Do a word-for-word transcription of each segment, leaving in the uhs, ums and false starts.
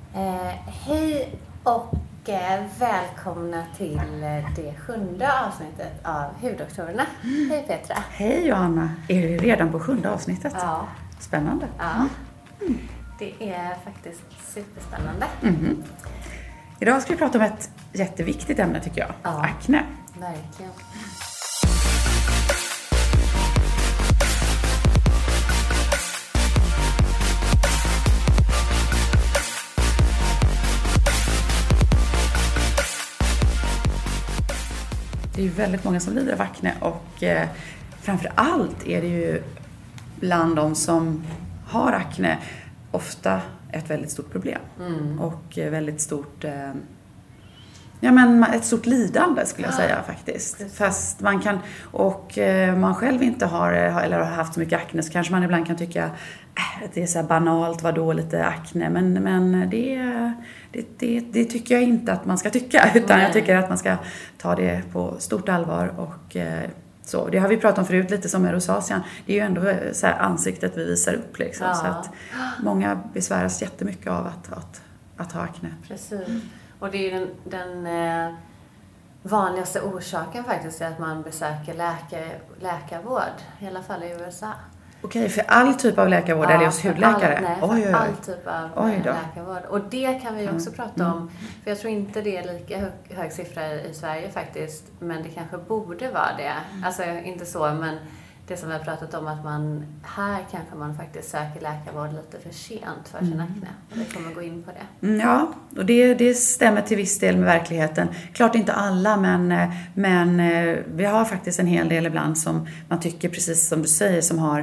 Eh, hej och eh, välkomna till eh, det sjunde avsnittet av Hudoktorerna. Mm. Hej Petra. Hej Johanna. Är du redan på sjunde avsnittet? Ja. Spännande. Ja. Mm. Det är faktiskt superspännande. Mm. Idag ska vi prata om ett jätteviktigt ämne tycker jag. Ja. Akne. Verkligen. Det är ju väldigt många som lider av akne och eh, framför allt är det ju bland de som har akne ofta ett väldigt stort problem. Mm. Och eh, väldigt stort eh, ja men ett stort lidande skulle jag säga faktiskt. Precis. Fast man kan, och eh, man själv inte har eller har haft så mycket akne så kanske man ibland kan tycka äh, att det är så här banalt, vadå lite akne, men, men det, det, det, det tycker jag inte att man ska tycka, utan Nej. jag tycker att man ska ta det på stort allvar och eh, så. Det har vi pratat om förut lite som med rosacean. Det är ju ändå så här ansiktet vi visar upp liksom, Ja. så att många besväras jättemycket av att, att, att ha akne. Precis. Och det är ju den, den eh, vanligaste orsaken faktiskt till att man besöker läkare, läkarvård. I alla fall i U S A. Okej, för all typ av läkarvård Ja, eller just hudläkare? All, nej, oj, oj, oj. all typ av Oj då. läkarvård. Och det kan vi också Mm. prata om. För jag tror inte det är lika hög, hög siffra i Sverige faktiskt. Men det kanske borde vara det. Alltså inte så, men det som vi har pratat om att man här kanske man faktiskt söker läkarvård lite för sent för sin akne. Vi kommer gå in på det. Mm, ja, och det, det stämmer till viss del med verkligheten. Klart inte alla, men, men vi har faktiskt en hel del ibland som man tycker, precis som du säger, som har...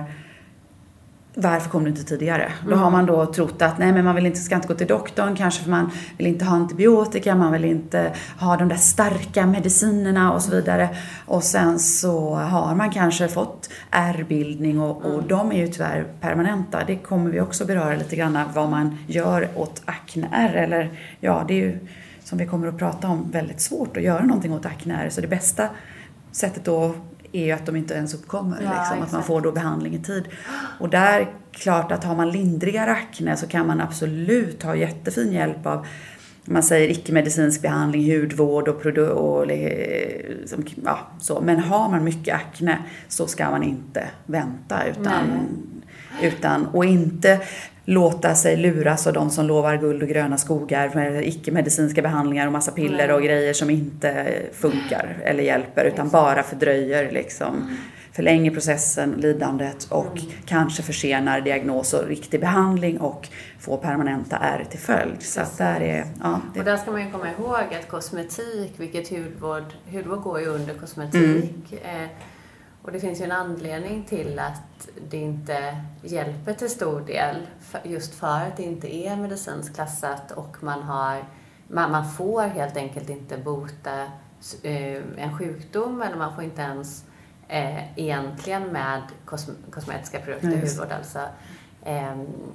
Varför kom du inte tidigare? Mm. Då har man då trott att nej, men man vill inte, ska inte gå till doktorn. Kanske för man vill inte ha antibiotika. Man vill inte ha de där starka medicinerna och så vidare. Och sen så har man kanske fått ärrbildning. Och, och mm. de är ju tyvärr permanenta. Det kommer vi också beröra lite grann. Vad man gör åt akne-ärr. Eller ja, det är ju som vi kommer att prata om väldigt svårt att göra någonting åt akne-ärr. Så det bästa sättet då är ju att de inte ens uppkommer. Ja, liksom, att man får då behandling i tid. Och där, klart att har man lindrigare akne så kan man absolut ha jättefin hjälp av, man säger icke-medicinsk behandling, hudvård och, produ- och som, ja, så. Men har man mycket akne så ska man inte vänta utan, utan och inte låta sig luras av de som lovar guld och gröna skogar med icke-medicinska behandlingar och massa piller och grejer som inte funkar eller hjälper utan bara fördröjer liksom, förlänger processen, lidandet och mm. kanske försenar diagnos och riktig behandling och får permanenta ärr till följd. Så att där är, ja, det... Och där ska man ju komma ihåg att kosmetik, vilket hudvård, hudvård går ju under kosmetik. Mm. Eh, Och det finns ju en anledning till att det inte hjälper till stor del. Just för att det inte är medicinskt klassat och man, har, man, man får helt enkelt inte bota eh, en sjukdom. Eller man får inte ens eh, egentligen med kosm, kosmetiska produkter, mm. hudvård alltså, eh,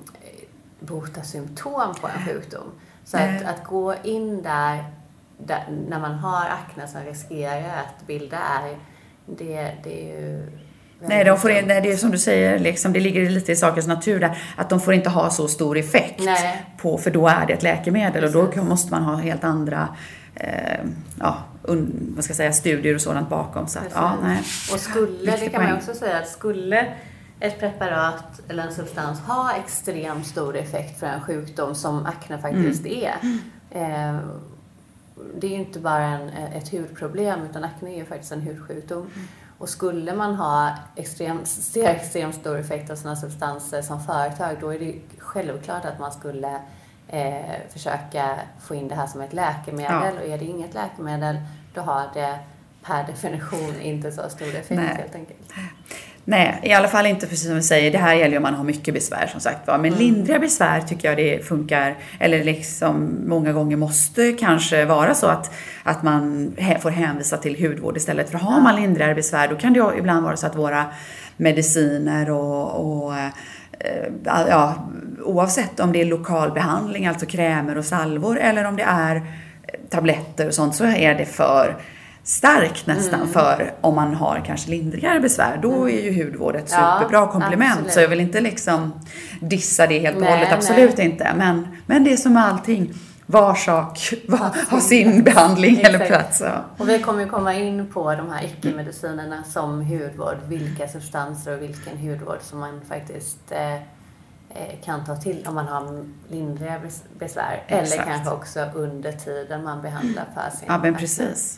bota symptom på en sjukdom. Så att, att gå in där, där när man har akne som riskerar att bilda är Det, det är ju... Nej, de får, nej, det är som du säger, liksom, det ligger lite i sakens natur där, att de får inte ha så stor effekt nej. på, för då är det ett läkemedel. Precis. Och då måste man ha helt andra eh, ja, un, vad ska jag säga, studier och sådant bakom. Så att, ja, nej. Och skulle, det kan poäng. man också säga, att skulle ett preparat eller en substans ha extremt stor effekt för en sjukdom som akne faktiskt mm. är, eh, det är ju inte bara en, ett hudproblem utan akne är ju faktiskt en hudsjukdom. Mm. Och skulle man ha extremt, extremt stor effekt av sådana substanser som företag, då är det självklart att man skulle eh, försöka få in det här som ett läkemedel. Ja. Och är det inget läkemedel, då har det per definition inte så stor effekt. Nej. Helt enkelt. Nej, i alla fall inte precis som vi säger. Det här gäller ju om man har mycket besvär som sagt var. Men mm. lindriga besvär tycker jag det funkar. Eller liksom många gånger måste kanske vara så att, att man får hänvisa till hudvård istället. För har man lindrigare besvär då kan det ju ibland vara så att våra mediciner och, och ja, oavsett om det är lokal behandling, alltså krämer och salvor, eller om det är tabletter och sånt, så är det för starkt nästan mm. för om man har kanske lindrigare besvär. Då är ju hudvård ett superbra ja, komplement. Absolut. Så jag vill inte liksom dissa det helt och hållet, absolut nej. inte. Men, men det är som allting. Var sak var, har sin behandling eller plats. Ja. Och vi kommer ju komma in på de här icke-medicinerna som hudvård. Vilka substanser och vilken hudvård som man faktiskt eh, kan ta till om man har lindriga besvär. Exakt. Eller kanske också under tiden man behandlar för sin Ja, men precis.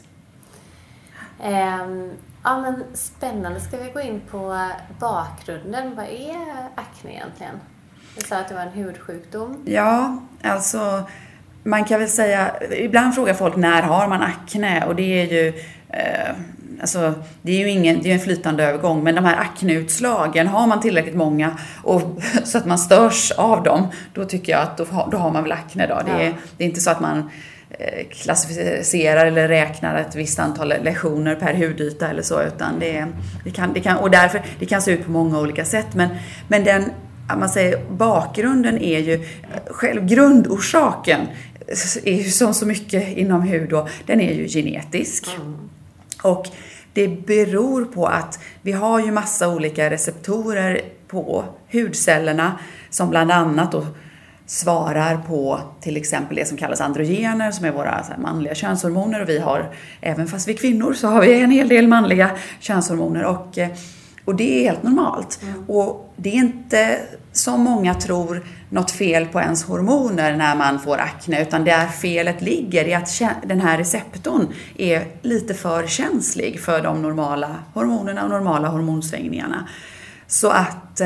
Um, ja, men spännande. Ska vi gå in på bakgrunden? Vad är akne egentligen? Du sa att det var en hudsjukdom. Ja, alltså man kan väl säga, ibland frågar folk när har man akne, och det är ju eh, alltså, det är ju ingen, det är en flytande övergång, men de här akneutslagen, har man tillräckligt många och, så att man störs av dem, då tycker jag att då, då har man väl akne då. Det är, ja. det är inte så att man eh, klassificerar eller räknar ett visst antal lesioner per hudyta eller så, utan det, det kan, det kan, och därför, det kan se ut på många olika sätt, men, men den, man säger, bakgrunden är ju, själv grundorsaken är ju som så mycket inom hud då, den är ju genetisk. Mm. Och det beror på att vi har ju massa olika receptorer på hudcellerna som bland annat då svarar på till exempel det som kallas androgener, som är våra så här, manliga könshormoner, och vi har, även fast vi är kvinnor så har vi en hel del manliga könshormoner, och Och det är helt normalt. Mm. Och det är inte, som många tror, något fel på ens hormoner när man får akne. Utan där felet ligger i att den här receptorn är lite för känslig för de normala hormonerna och normala hormonsvängningarna. Så att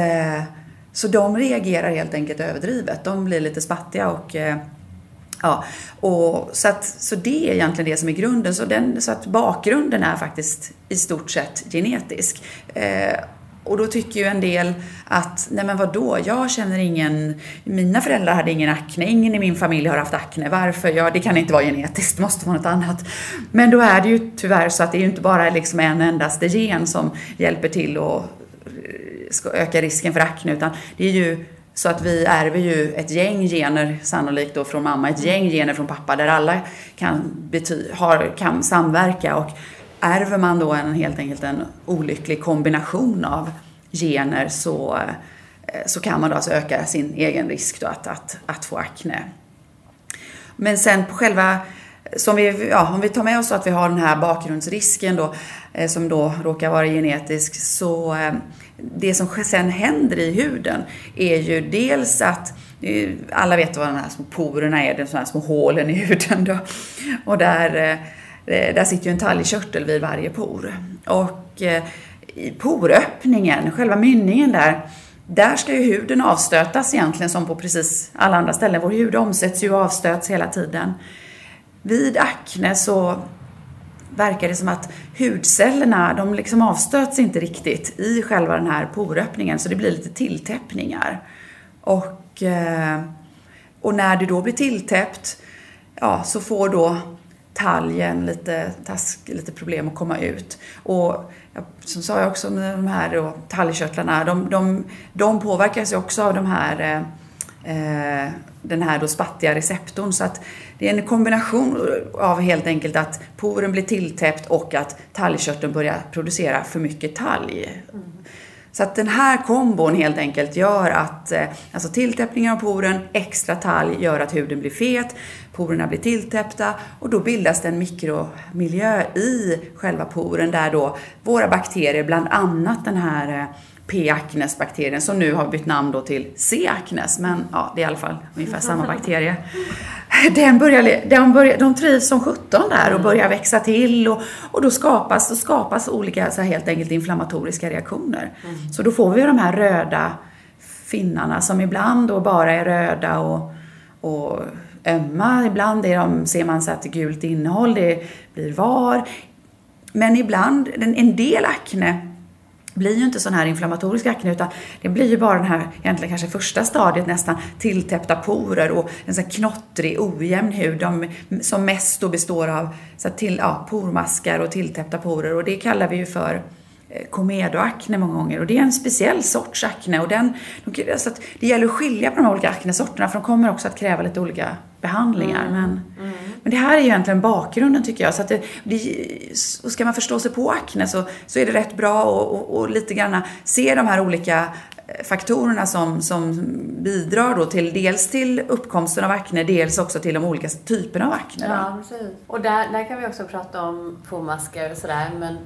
så de reagerar helt enkelt överdrivet. De blir lite spattiga och... Ja, och så, att, så det är egentligen det som är grunden. Så, den, så att bakgrunden är faktiskt i stort sett genetisk. Eh, och då tycker ju en del att, nej men vadå, jag känner ingen, mina föräldrar hade ingen akne, ingen i min familj har haft akne. Varför? Ja, det kan inte vara genetiskt, det måste vara något annat. Men då är det ju tyvärr så att det är ju inte bara liksom en endaste gen som hjälper till att ska öka risken för akne, utan det är ju så att vi ärver ju ett gäng gener, sannolikt då från mamma, ett gäng gener från pappa, där alla kan, bety- har, kan samverka. Och ärver man då en, helt enkelt en olycklig kombination av gener, så, så kan man då alltså öka sin egen risk då att, att, att få akne. Men sen på själva, som vi, ja, om vi tar med oss att vi har den här bakgrundsrisken då, eh, som då råkar vara genetisk, så eh, det som sen händer i huden är ju dels att eh, alla vet vad de här små porerna är, de här små hålen i huden då, och där, eh, där sitter ju en talgkörtel vid varje por, och eh, i poröppningen, själva mynningen där, där ska ju huden avstötas egentligen som på precis alla andra ställen. Vår hud omsätts ju och avstöts hela tiden. Vid akne så verkar det som att hudcellerna, de liksom avstöts inte riktigt i själva den här poröppningen, så det blir lite tilltäppningar. Och, och när det då blir tilltäppt, ja, så får då talgen lite, task, lite problem att komma ut. Och som sa jag också med de här då, talgkörtlarna, de, de, de påverkas ju också av de här, eh, den här då spattiga receptorn. Så att det är en kombination av helt enkelt att poren blir tilltäppt och att talgkörteln börjar producera för mycket talg. Mm. Så att den här kombon helt enkelt gör att alltså tilltäppningen av poren, extra talg, gör att huden blir fet, porerna blir tilltäppta, och då bildas det en mikromiljö i själva poren där då våra bakterier, bland annat den här P. acnes-bakterien som nu har bytt namn då till C. acnes, men ja, det är i alla fall ungefär samma bakterie. Den börjar, den börjar, de trivs som sjutton där och börjar växa till, och, och då skapas, då skapas olika så här, helt enkelt inflammatoriska reaktioner. Mm. Så då får vi de här röda finnarna som ibland då bara är röda och, och ömma. Ibland är de, ser man så att det är gult innehåll, det blir var. Men ibland, en del akne blir ju inte sån här inflammatorisk akne, utan det blir ju bara den här, egentligen kanske första stadiet nästan, tilltäppta porer och en sån här knottrig, ojämn hud, de, som mest då består av så till, ja, pormaskar och tilltäppta porer, och det kallar vi ju för komedoakne många gånger. Och det är en speciell sorts akne. Och den, de, alltså att det gäller att skilja på de olika aknesorterna. För de kommer också att kräva lite olika behandlingar. Mm. Men, mm. men det här är ju egentligen bakgrunden tycker jag. Så att det, det, och ska man förstå sig på akne så, så är det rätt bra att och, och lite grann se de här olika faktorerna som, som bidrar då till dels till uppkomsten av akne, dels också till de olika typerna av akne. Ja, precis. Och där, där kan vi också prata om pormaskar och sådär, men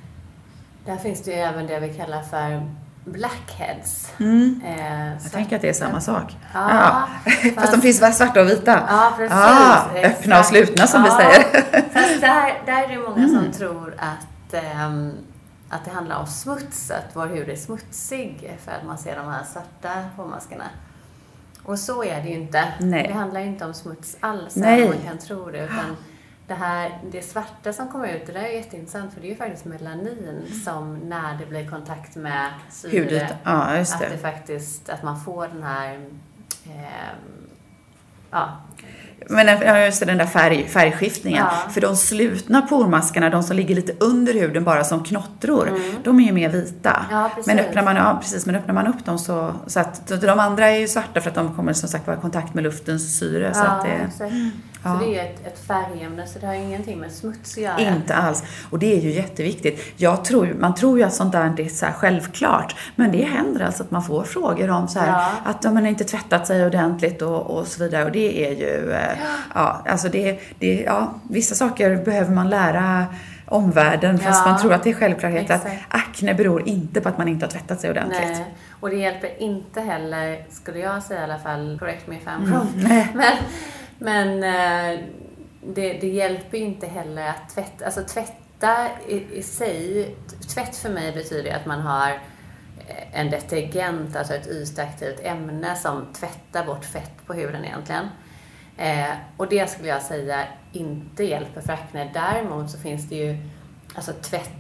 där finns det ju även det vi kallar för blackheads. Mm. Eh, Jag tänker att det är samma sak. Ja, ja. Fast, fast de finns svarta och vita. Ja, precis. Ah, öppna och slutna som ja, vi säger. Fast där, där är det många mm. som tror att, ähm, att det handlar om smutset. Vår hud är smutsig för att man ser de här svarta pormaskarna. Och så är det ju inte. Nej. Det handlar inte om smuts alls, Nej. man kan tro det. Utan det här, det svarta som kommer ut, det där är jätteintressant för det är ju faktiskt melanin som när det blir kontakt med syre, Hudet. Ja, just det. Att det faktiskt, att man får den här eh, ja. Men ja, just det, den där färg, färgskiftningen. Ja. För de slutna pormaskarna, de som ligger lite under huden bara som knottror, mm. de är ju mer vita. Ja, men öppnar man, ja, precis, men öppnar man upp dem så, så att de andra är ju svarta för att de kommer som sagt vara i kontakt med luftens syre. Ja, så att det, exakt. Ja. Så det är ett, ett färgämne, så det har ingenting med smuts att göra. Inte alls. Och det är ju jätteviktigt. Jag tror, man tror ju att sånt där inte är så här självklart. Men det händer alltså att man får frågor om så här, ja. att de har inte tvättat sig ordentligt och, och så vidare. Och det är ju, ja, ja alltså det, det, ja, vissa saker behöver man lära omvärlden. Fast ja. man tror att det är självklarhet. Exakt. Att akne beror inte på att man inte har tvättat sig ordentligt. Nej. Och det hjälper inte heller, skulle jag säga i alla fall, correct me if I'm wrong. Mm. Men... Men det, det hjälper ju inte heller att tvätta, alltså tvätta i, i sig, tvätt för mig betyder att man har en detergent, alltså ett ytaktivt ämne som tvättar bort fett på huden egentligen. Eh, och det skulle jag säga inte hjälper för akne. Däremot så finns det ju alltså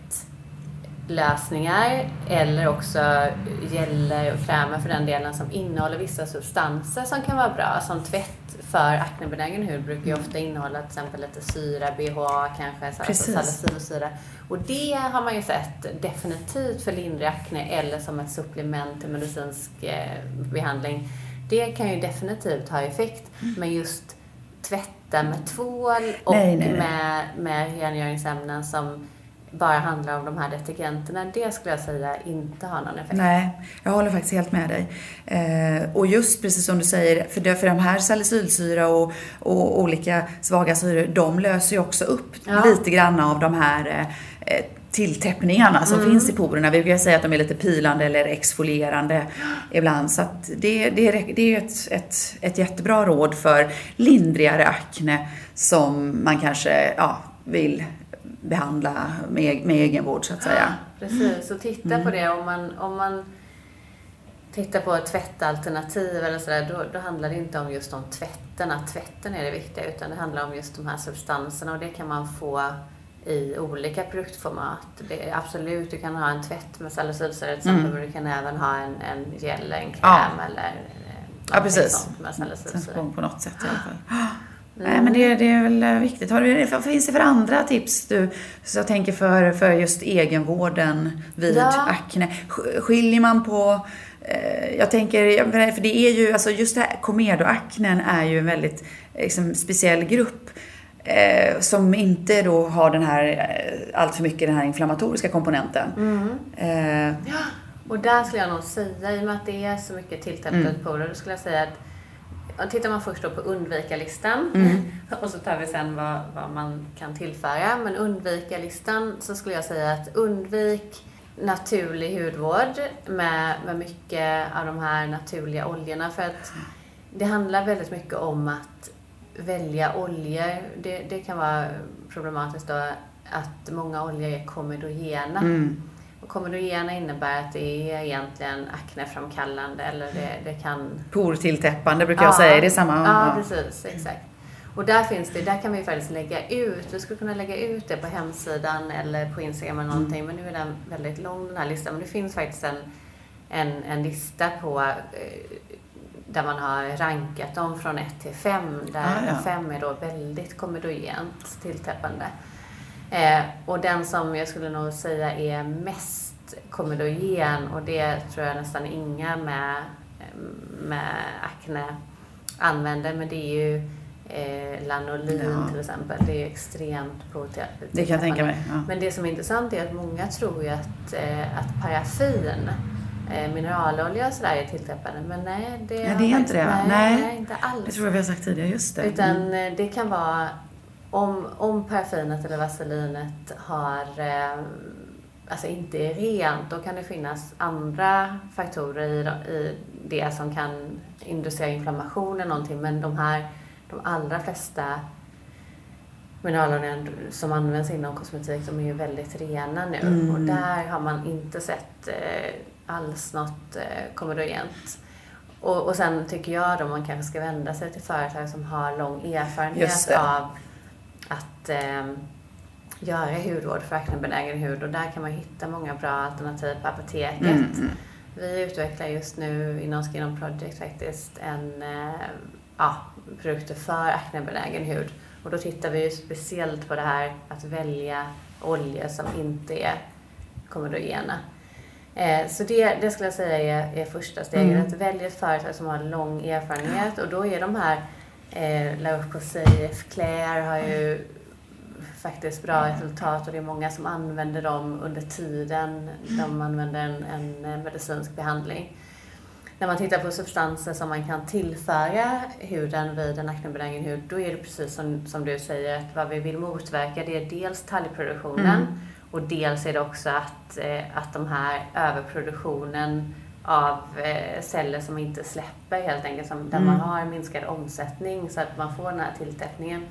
tvättlösningar eller också geller och krämer för den delen som innehåller vissa substanser som kan vara bra. Som tvätt för aknebenägen hud brukar ju ofta innehålla till exempel lite syra, B H A kanske, alltså salicylsyra. Och det har man ju sett definitivt för lindrig akne eller som ett supplement till medicinsk eh, behandling. Det kan ju definitivt ha effekt, mm. men just tvätta med tvål och nej, nej, nej. med, med rengöringsämnen som bara handlar om de här detergenterna, det skulle jag säga inte har någon effekt. Nej, jag håller faktiskt helt med dig. Eh, och just precis som du säger, för, det, för de här salicylsyra och, och olika svaga syror, de löser ju också upp ja. lite grann av de här eh, tilltäppningarna som mm. finns i porerna. Vi brukar säga att de är lite pilande eller exfolierande ibland. Så att det, det, det är ju ett, ett, ett jättebra råd för lindrigare akne som man kanske ja, vill behandla med, med egenvård så att säga. Precis, och titta mm. på det. Om man, om man tittar på ett tvättalternativ eller sådär, då, då handlar det inte om just om tvätten, att tvätten är det viktiga, utan det handlar om just de här substanserna och det kan man få i olika produktformat. Det är absolut, du kan ha en tvätt med salicylsyra till exempel, mm. men du kan även ha en, en gel, en kräm ja. eller ja, precis. sånt med salicylsyra. På något sätt i alla fall. Mm. Nej, men det, det är väl viktigt. Har du, vad finns det för andra tips du så jag tänker för, för just egenvården vid ja. akne? Skiljer man på, eh, jag tänker, för det är ju, alltså just det här, komedoaknen är ju en väldigt liksom, speciell grupp eh, som inte då har den här, allt för mycket den här inflammatoriska komponenten. Mm. Eh, ja. Och där skulle jag nog säga, i och med att det är så mycket tilltäppat mm. på det, då skulle jag säga att tittar man först då på undvika-listan mm. och så tar vi sen vad, vad man kan tillföra. Men undvika-listan så skulle jag säga att undvik naturlig hudvård med, med mycket av de här naturliga oljorna. För att det handlar väldigt mycket om att välja oljor. Det, det kan vara problematiskt då att många oljor är komedogena. Mm. Och komedogena innebär att det är egentligen akneframkallande eller det, det kan... Portilltäppande brukar ja, jag säga, det är samma... Ja, ja, precis, exakt. Och där finns det, där kan vi faktiskt lägga ut, vi skulle kunna lägga ut det på hemsidan eller på Instagram eller någonting, mm. men nu är den väldigt lång den här listan. Men det finns faktiskt en, en, en lista på där man har rankat dem från ett till fem, där ah, ja. fem är då väldigt komedogent tilltäppande. Eh, och den som jag skulle nog säga är mest komedogen, och det tror jag nästan inga med, med akne använder, men det är ju eh, lanolin ja. till exempel. Det är ju extremt potent. Det kan jag tänka mig. Ja. Men det som är intressant är att många tror ju att, eh, att paraffin, eh, mineralolja och sådär är tilltäppande, men nej, det, ja, det är inte det. Nej, nej. nej, inte alls. Det tror jag vi har sagt tidigare, just det. Utan mm. det kan vara om, om paraffinet eller vaselinet har eh, alltså inte är rent, då kan det finnas andra faktorer i, i det som kan inducera inflammation eller någonting. Men de här, de allra flesta mineralerna som används inom kosmetik, de är ju väldigt rena nu. Mm. Och där har man inte sett eh, alls något eh, komedogent. Och, och sen tycker jag då man kanske ska vända sig till företag som har lång erfarenhet av att eh, göra hudvård för aknebenägen hud, och där kan man hitta många bra alternativ på apoteket. Mm, mm. Vi utvecklar just nu inom Skin On Project faktiskt en eh, ja, produkter för aknebenägen hud, och då tittar vi ju speciellt på det här att välja oljor som inte är komedogena. Eh, så det, det skulle jag säga är, är första steget, mm. att välja ett företag som har lång erfarenhet, och då är de här eh, La Roche-Posay, Claire har ju faktiskt bra resultat, och det är många som använder dem under tiden de använder en, en medicinsk behandling. När man tittar på substanser som man kan tillföra huden vid en aknebenägen hud, då är det precis som, som du säger, att vad vi vill motverka, det är dels talgproduktionen mm. och dels är det också att, att de här överproduktionen av celler som inte släpper helt enkelt, som, där mm. man har minskad omsättning så att man får den här tilltäppningen.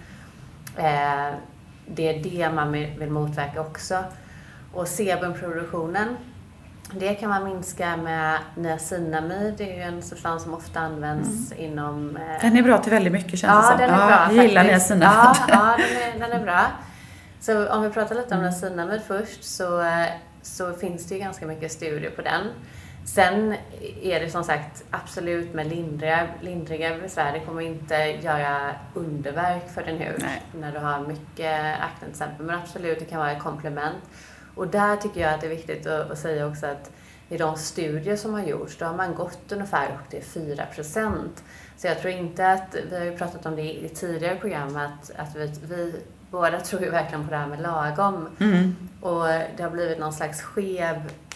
Eh, Det är det man vill motverka också. Och sebumproduktionen, det kan man minska med niacinamid. Det är ju en substans som ofta används mm. inom... Eh... Den är bra till väldigt mycket, känns ja, det som. Den är ja, bra, jag gillar niacinamid. Ja, ja den, är, den är bra. Så om vi pratar lite om mm. niacinamid först, så, så finns det ju ganska mycket studier på den. Sen är det som sagt absolut med lindriga, lindriga besvär. Det kommer inte göra underverk för din hud Nej. när du har mycket akne till exempel. Men absolut, det kan vara ett komplement. Och där tycker jag att det är viktigt att, att säga också att i de studier som har gjorts, då har man gått ungefär upp till fyra procent. Så jag tror inte att, vi har ju pratat om det i tidigare program, att, att vi, vi båda tror ju verkligen på det här med lagom. Mm. Och det har blivit någon slags skev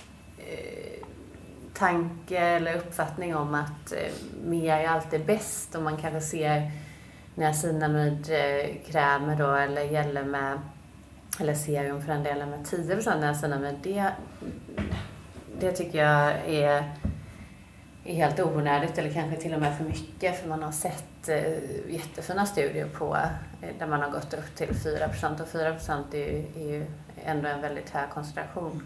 eh, tanke eller uppfattning om att eh, mer är alltid bäst, och man kanske ser niacinamidkrämer då, eller gäller med, eller serum för den delen med tio procent niacinamid, det, det tycker jag är, är helt onödigt, eller kanske till och med för mycket, för man har sett eh, jättefina studier på eh, där man har gått upp till fyra procent, och fyra procent är ju, är ju ändå en väldigt hög koncentration.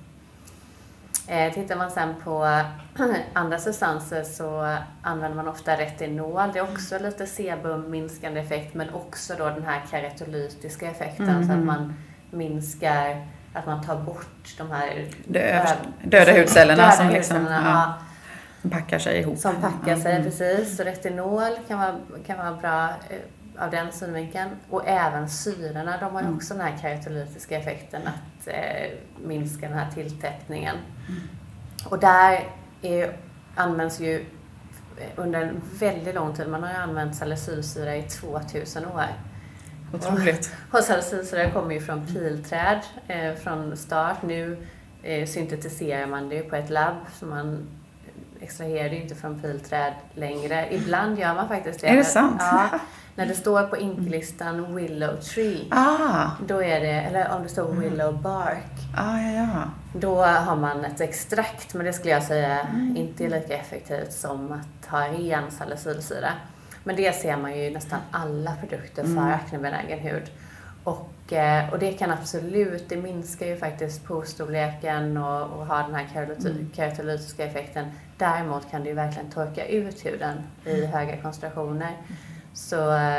Eh, tittar man sen på andra substanser, så använder man ofta retinol. Det är också lite sebumminskande effekt, men också då den här keratolytiska effekten, mm. så att man minskar, att man tar bort de här döda, döda hudcellerna döda som liksom, liksom, ja, som packar sig ihop. Som packar sig, mm. precis. Så retinol kan vara, kan vara bra eh, av den synvinkeln. Och även syrorna, de har ju också mm. den här keratolytiska effekten, att eh, minska den här tilltäppningen. Mm. Och där är, används ju under en väldigt lång tid, man har ju använt salicylsyra i tvåtusen år. Otroligt. Och, och salicylsyra kommer ju från pilträd eh, från start. Nu eh, syntetiserar man det ju på ett labb, så man extraherar det inte från pilträd längre. Ibland gör man faktiskt det. Är det sant? Ja. När det står på inklistan Willow Tree, ah. då är det, eller om det står Willow Bark, ah, ja, ja. då har man ett extrakt, men det skulle jag säga mm. inte är lika effektivt som att ha ren salicylsyra. Men det ser man ju i nästan alla produkter för mm. aknebenägen hud. Och, och det kan absolut, det minskar ju faktiskt porstorleken och, och har den här keratoly- keratolytiska effekten. Däremot kan det ju verkligen torka ut huden i höga koncentrationer. Så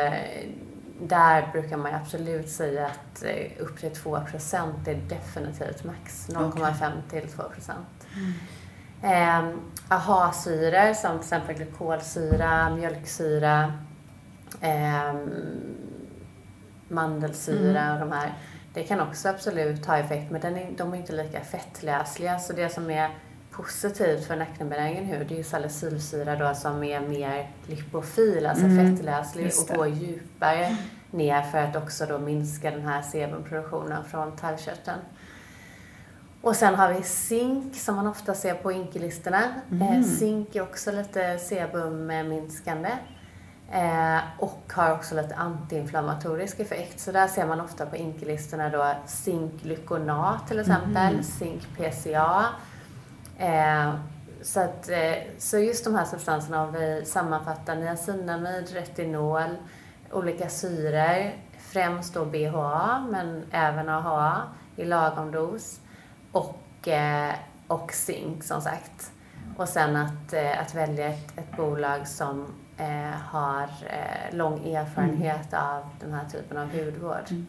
där brukar man absolut säga att upp till två procent är definitivt max. noll komma fem till två procent. Mm. Eh, A H A-syror som till exempel glykolsyra, mjölksyra, eh, mandelsyra mm. och de här. det kan också absolut ha effekt, men den är, de är inte lika fettlösliga. Så det som är positivt för en aknebenägen hud, det är ju salicylsyra då som är mer lipofil, alltså mm, fettlöslig och går djupare ner för att också då minska den här sebumproduktionen från talgkörteln. Och sen har vi zink som man ofta ser på inkelistorna. Mm. Eh, zink är också lite sebumminskande. Eh, och har också lite antiinflammatorisk effekt. Så där ser man ofta på inkelistorna då zinkglykonat till exempel, mm. zink-P C A. Eh, så, att, eh, så just de här substanserna, om vi sammanfattar niacinamid, retinol, olika syror, främst då B H A men även A H A i lagom dos. Och, eh, och zink som sagt. Och sen att, eh, att välja ett, ett bolag som eh, har eh, lång erfarenhet mm. av den här typen av hudvård. Mm.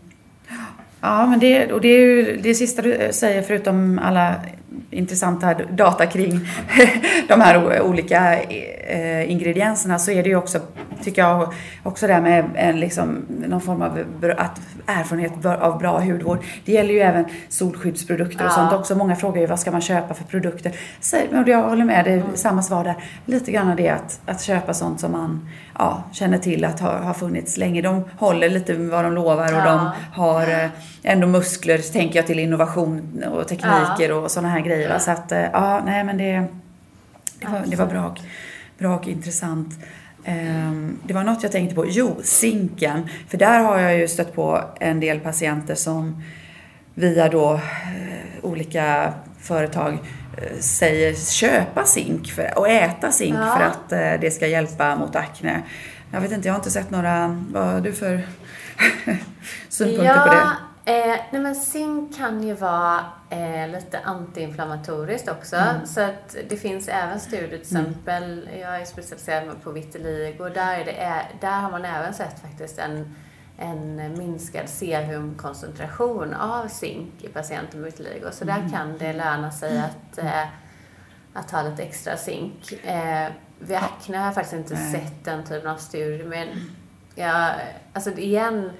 Ja, men det, och det är ju det sista du säger, förutom alla intressanta data kring de här olika eh, ingredienserna, så är det ju också, tycker jag, också det med en, liksom, någon form av att erfarenhet av bra hudvård. Det gäller ju även solskyddsprodukter och ja. sånt också. Många frågar ju vad ska man köpa för produkter. Så, och jag håller med, det är mm. samma svar där. Lite grann det att, att köpa sånt som man ja, känner till att ha, har funnits länge. De håller lite vad de lovar och ja. de har ändå muskler, tänker jag, till innovation och tekniker ja. och sådana här grejer. Ja. Så att, ja, nej men det, det, var, det var bra, bra och intressant. Um, det var något jag tänkte på. Jo, zinken. För där har jag ju stött på en del patienter som via då uh, olika företag uh, säger köpa zink för, och äta zink ja. för att uh, det ska hjälpa mot akne. Jag vet inte, jag har inte sett några, vad har du för synpunkter ja, på det? Eh, nej men zink kan ju vara eh, lite antiinflammatoriskt också. Mm. Så att det finns även studier till exempel, mm. jag är specialiserad på vitiligo. Där, är det, där har man även sett faktiskt en, en minskad serumkoncentration av zink i patienter med vitiligo. Så där mm. kan det löna sig att, eh, att ta lite extra zink. Eh, vid akne har jag faktiskt inte Nej. sett den typen av studier. Men ja, alltså igen...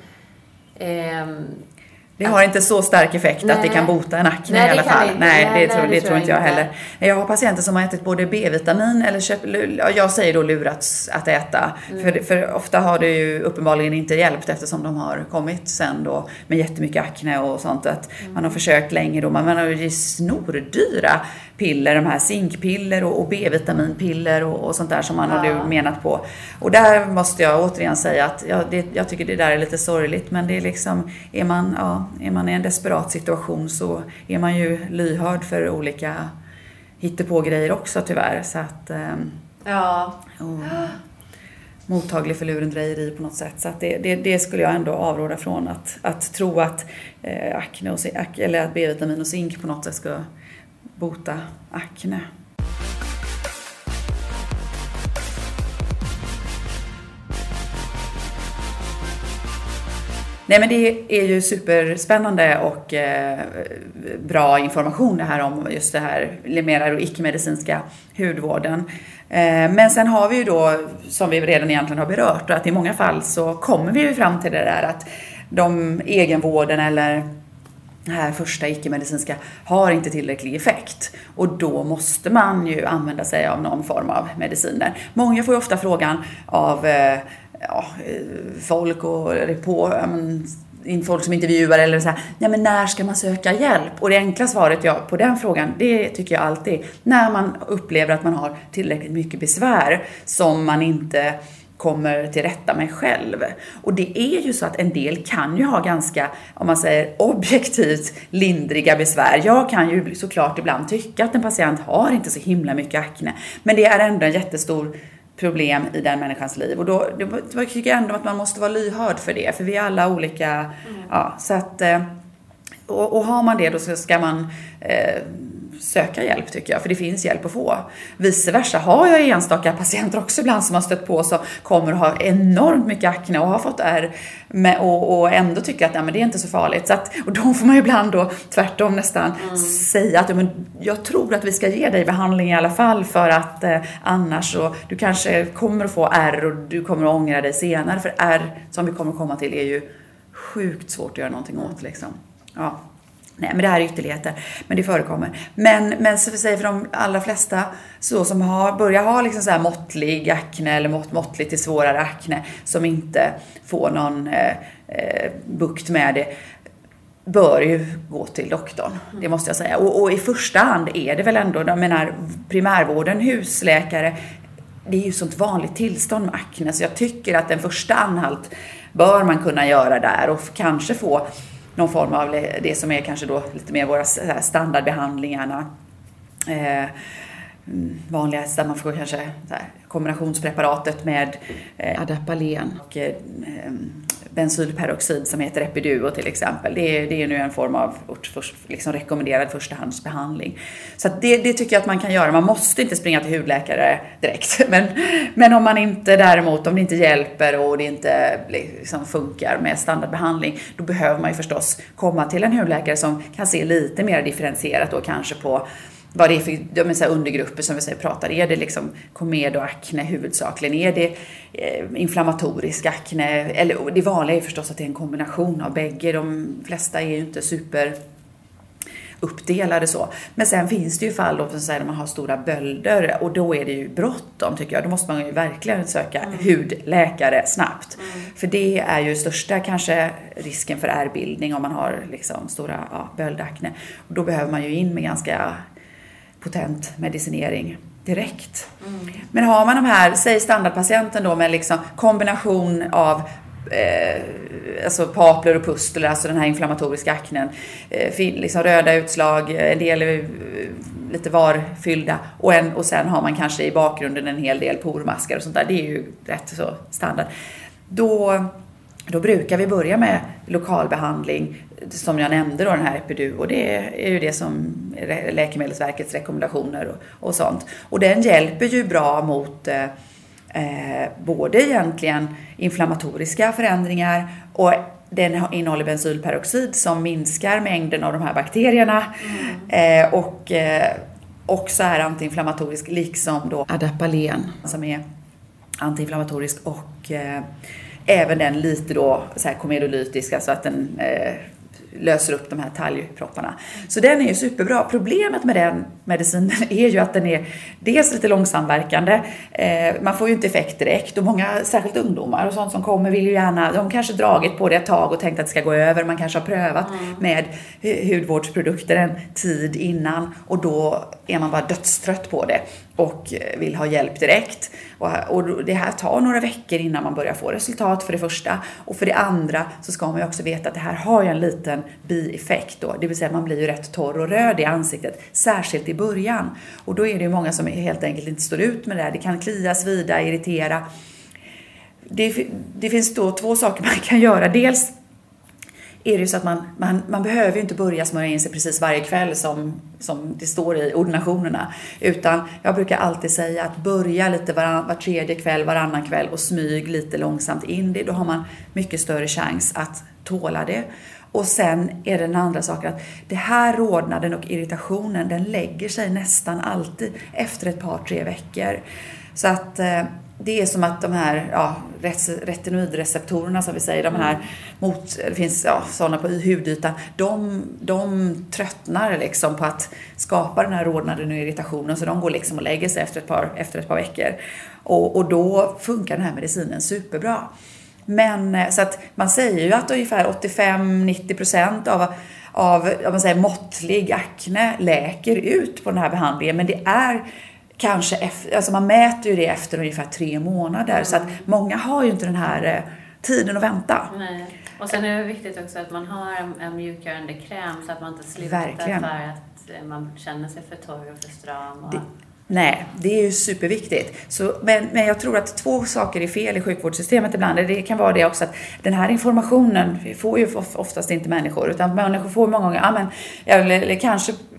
Eh, Det har inte så stark effekt nej. att det kan bota en akne nej, i alla fall. Nej, nej, det, nej, tror, det, det tror inte jag, jag heller. Jag har patienter som har ätit både B-vitamin eller köpt, jag säger då lurats att äta. Mm. För, för ofta har det ju uppenbarligen inte hjälpt eftersom de har kommit sen då med jättemycket akne och sånt. Att mm. man har försökt länge då. Man, man har ju snordyra piller, de här zinkpiller och, och B-vitaminpiller och, och sånt där som man ja. har menat på. Och där måste jag återigen säga att ja, det, jag tycker det där är lite sorgligt. Men det är liksom, är man... Ja, är man i en desperat situation så är man ju lyhörd för olika hittepå-grejer också tyvärr. Så att, ja. Och mottaglig för lurendrejeri på något sätt. Så att det, det, det skulle jag ändå avråda från. Att, att tro att eh, akne och, eller att B-vitamin och zink på något sätt ska bota akne. Nej, men det är ju superspännande och eh, bra information det här om just det här limerare och icke-medicinska hudvården. Eh, men sen har vi ju då, som vi redan egentligen har berört, att i många fall så kommer vi ju fram till det där att de egenvården eller det här första icke-medicinska har inte tillräcklig effekt. Och då måste man ju använda sig av någon form av mediciner. Många får ju ofta frågan av... Eh, Ja, folk och på, in folk som intervjuar eller så här, nej men när ska man söka hjälp? Och det enkla svaret jag på den frågan, det tycker jag alltid, när man upplever att man har tillräckligt mycket besvär som man inte kommer till rätta med själv. Och det är ju så att en del kan ju ha ganska, om man säger objektivt lindriga besvär. Jag kan ju såklart ibland tycka att en patient har inte så himla mycket akne, men det är ändå en jättestor problem i den människans liv. Och då det tycker jag ändå att man måste vara lyhörd för det. För vi är alla olika. Mm. Ja, så att, och, och har man det då så ska man eh, söka hjälp tycker jag. För det finns hjälp att få. Vice versa har jag enstaka patienter också ibland som har stött på så kommer att ha enormt mycket akne och har fått ärr med, och, och ändå tycker att ja, men det är inte så farligt. Så att, och då får man ju ibland då tvärtom nästan mm. säga att ja, men jag tror att vi ska ge dig behandling i alla fall för att eh, annars så du kanske kommer att få ärr och du kommer att ångra dig senare. För ärr som vi kommer att komma till är ju sjukt svårt att göra någonting åt liksom. Ja. Nej, men det här är ytterligheter. Men det förekommer. Men, men så för, sig, för de allra flesta så som har, börjar ha liksom så här måttlig akne eller mått, måttligt till svårare akne som inte får någon eh, eh, bukt med det, bör ju gå till doktorn. Det måste jag säga. Och, och i första hand är det väl ändå, jag menar, primärvården, husläkare, det är ju sånt vanligt tillstånd med akne. Så jag tycker att den första anhalt bör man kunna göra där och kanske få någon form av det som är kanske då lite mer våra standardbehandlingarna. Eh, vanliga, där man får kanske så här, kombinationspreparatet med eh, Adapalen och eh, bensylperoxid som heter Epiduo till exempel. Det är, det är nu en form av först, liksom rekommenderad förstahandsbehandling. Så att det, det tycker jag att man kan göra. Man måste inte springa till hudläkare direkt. Men, men om man inte däremot, om det inte hjälper och det inte liksom funkar med standardbehandling, då behöver man ju förstås komma till en hudläkare som kan se lite mer differentierat då kanske på vad det är för de så här undergrupper som vi säger pratar. Är det liksom komed och akne huvudsakligen? Är det eh, inflammatorisk akne? Eller det vanliga är förstås att det är en kombination av bägge. De flesta är ju inte super uppdelade så. Men sen finns det ju fall då, som säger, när man har stora bölder och då är det ju bråttom tycker jag. Då måste man ju verkligen söka mm. hudläkare snabbt. Mm. För det är ju största kanske risken för ärrbildning om man har liksom stora ja, böldakne. Och då behöver man ju in med ganska potent medicinering direkt. Mm. Men har man de här, säg standardpatienten då med liksom kombination av eh, alltså papler och pustuler, alltså den här inflammatoriska aknen, eh, liksom röda utslag, en del är lite varfyllda och, en, och sen har man kanske i bakgrunden en hel del pormaskar och sånt där, det är ju rätt så standard. Då Då brukar vi börja med lokalbehandling som jag nämnde då, den här Epiduo, och det är ju det som är Läkemedelsverkets rekommendationer och, och sånt. Och den hjälper ju bra mot eh, både egentligen inflammatoriska förändringar och den innehåller bensylperoxid som minskar mängden av de här bakterierna mm. eh, och eh, också är antiinflammatorisk liksom då Adapalen som är antiinflammatorisk och eh, även den lite då så här komedolytisk, alltså att den eh, löser upp de här talgpropparna. Så den är ju superbra. Problemet med den medicinen är ju att den är dels lite långsamverkande. Eh, man får ju inte effekt direkt och många, särskilt ungdomar och sånt som kommer vill ju gärna, de kanske dragit på det ett tag och tänkt att det ska gå över. Man kanske har prövat mm. med hudvårdsprodukter en tid innan och då är man bara dödstrött på det och vill ha hjälp direkt. Och, och det här tar några veckor innan man börjar få resultat för det första. Och för det andra så ska man ju också veta att det här har ju en liten bieffekt då. Det vill säga man blir ju rätt torr och röd i ansiktet, särskilt i början. Och då är det ju många som helt enkelt inte står ut med det här. Det kan klia, svida, irritera. Det, det finns då två saker man kan göra. Dels är det ju så att man, man, man behöver ju inte börja smörja in sig precis varje kväll som, som det står i ordinationerna. Utan jag brukar alltid säga att börja lite var, var tredje kväll, varannan kväll och smyg lite långsamt in det. Då har man mycket större chans att tåla det. Och sen är det den andra saken att det här rodnaden och irritationen, den lägger sig nästan alltid efter ett par, tre veckor. Så att eh, det är som att de här ja, retinoidreceptorerna som vi säger, de här mot, det finns ja, sådana på hudytan, de, de tröttnar liksom på att skapa den här rodnaden och irritationen, så de går liksom och lägger sig efter ett par, efter ett par veckor. Och, och då funkar den här medicinen superbra. Men så att man säger ju att ungefär åttiofem till nittio procent av, av om man säger, måttlig akne läker ut på den här behandlingen, men det är kanske, efter, alltså man mäter ju det efter ungefär tre månader. Mm. Så att många har ju inte den här eh, tiden att vänta. Nej. Och sen är det viktigt också att man har en, en mjukgörande kräm så att man inte slutar Verkligen. för att man känner sig för torr och för stram. Och... Det, nej, det är ju superviktigt. Så, men, men jag tror att två saker är fel i sjukvårdssystemet ibland. Det kan vara det också att den här informationen får ju oftast inte människor. Utan människor får många gånger, ja men, eller, eller kanske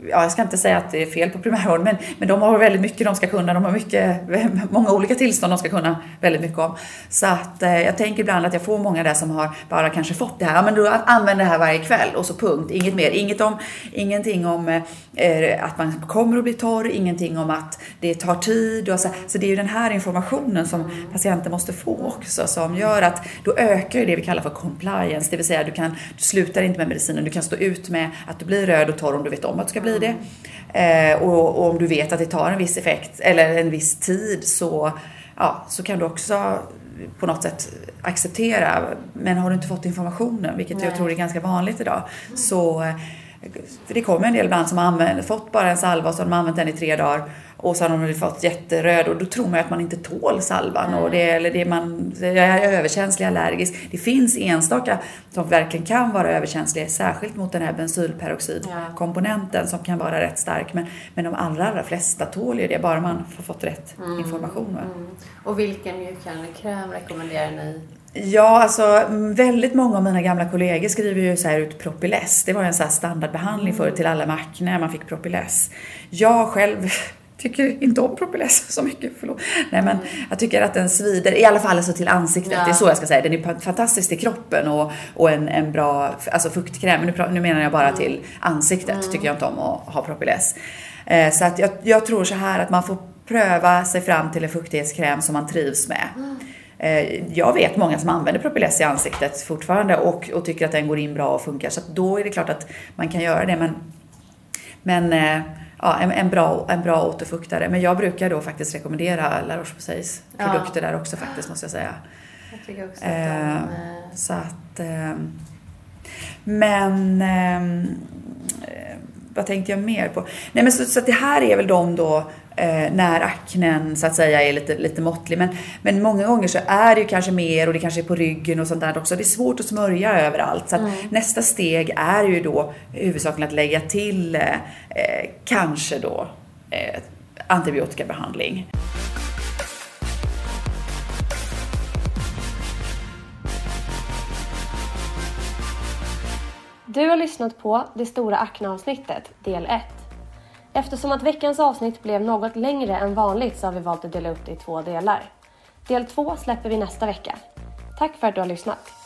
ja, jag ska inte säga att det är fel på primärvård, men, men de har väldigt mycket de ska kunna. De har mycket, många olika tillstånd de ska kunna väldigt mycket om. Så att eh, jag tänker ibland att jag får många där som har bara kanske fått det här. Ja, men du använder det här varje kväll och så punkt. Inget mer. Inget om, ingenting om eh, att man kommer att bli torr. Ingenting om att det tar tid. Och så, så det är ju den här informationen som patienten måste få också, som gör att då ökar ju det vi kallar för compliance. Det vill säga du, kan, du slutar inte med medicinen. Du kan stå ut med att du blir röd och torr om du vet om att du ska bli det. Eh, och, och om du vet att det tar en viss effekt eller en viss tid, så, ja, så kan du också på något sätt acceptera. Men har du inte fått informationen, vilket Nej. jag tror är ganska vanligt idag, så för det kommer en del ibland som har använt, fått bara en salva och så har de använt den i tre dagar och så har de fått jätteröd och då tror man att man inte tål salvan och det, eller det man, jag är överkänslig, allergisk. Det finns enstaka som verkligen kan vara överkänsliga, särskilt mot den här bensylperoxidkomponenten som kan vara rätt stark, men, men de allra, allra flesta tål ju det, bara man får fått rätt mm. information. Mm. Och vilken mjukgörandekräm rekommenderar ni? Ja, alltså väldigt många av mina gamla kollegor skriver ju så här ut Propyless. Det var en så här standardbehandling förut till alla mackor när man fick Propyless. Jag själv tycker inte om Propyless så mycket, förlåt. Nej, men jag tycker att den svider, i alla fall alltså till ansiktet. Ja. Det är så jag ska säga. Den är fantastisk i kroppen och, och en, en bra alltså fuktkräm. Nu, nu menar jag bara mm. till ansiktet, mm. tycker jag inte om att ha Propyless. Eh, så att jag, jag tror så här att man får pröva sig fram till en fuktighetskräm som man trivs med. Mm. Jag vet många som använder Propyless i ansiktet fortfarande och, och tycker att den går in bra och funkar. Så att då är det klart att man kan göra det. Men, men ja, en, en, bra, en bra återfuktare. Men jag brukar då faktiskt rekommendera La Roche-Posay's produkter ja. där också faktiskt, måste jag säga. Jag tycker också att de... Eh, så att... Eh, men... Eh, vad tänkte jag mer på? Nej, men så, så att det här är väl de då eh, när aknen så att säga är lite, lite måttlig. Men, men många gånger så är det ju kanske mer och det kanske är på ryggen och sånt där också. Det är svårt att smörja överallt. Så att mm. nästa steg är ju då huvudsakligen att lägga till eh, kanske då eh, antibiotikabehandling. Du har lyssnat på det stora akneavsnittet, del ett. Eftersom att veckans avsnitt blev något längre än vanligt så har vi valt att dela upp det i två delar. Del två släpper vi nästa vecka. Tack för att du har lyssnat.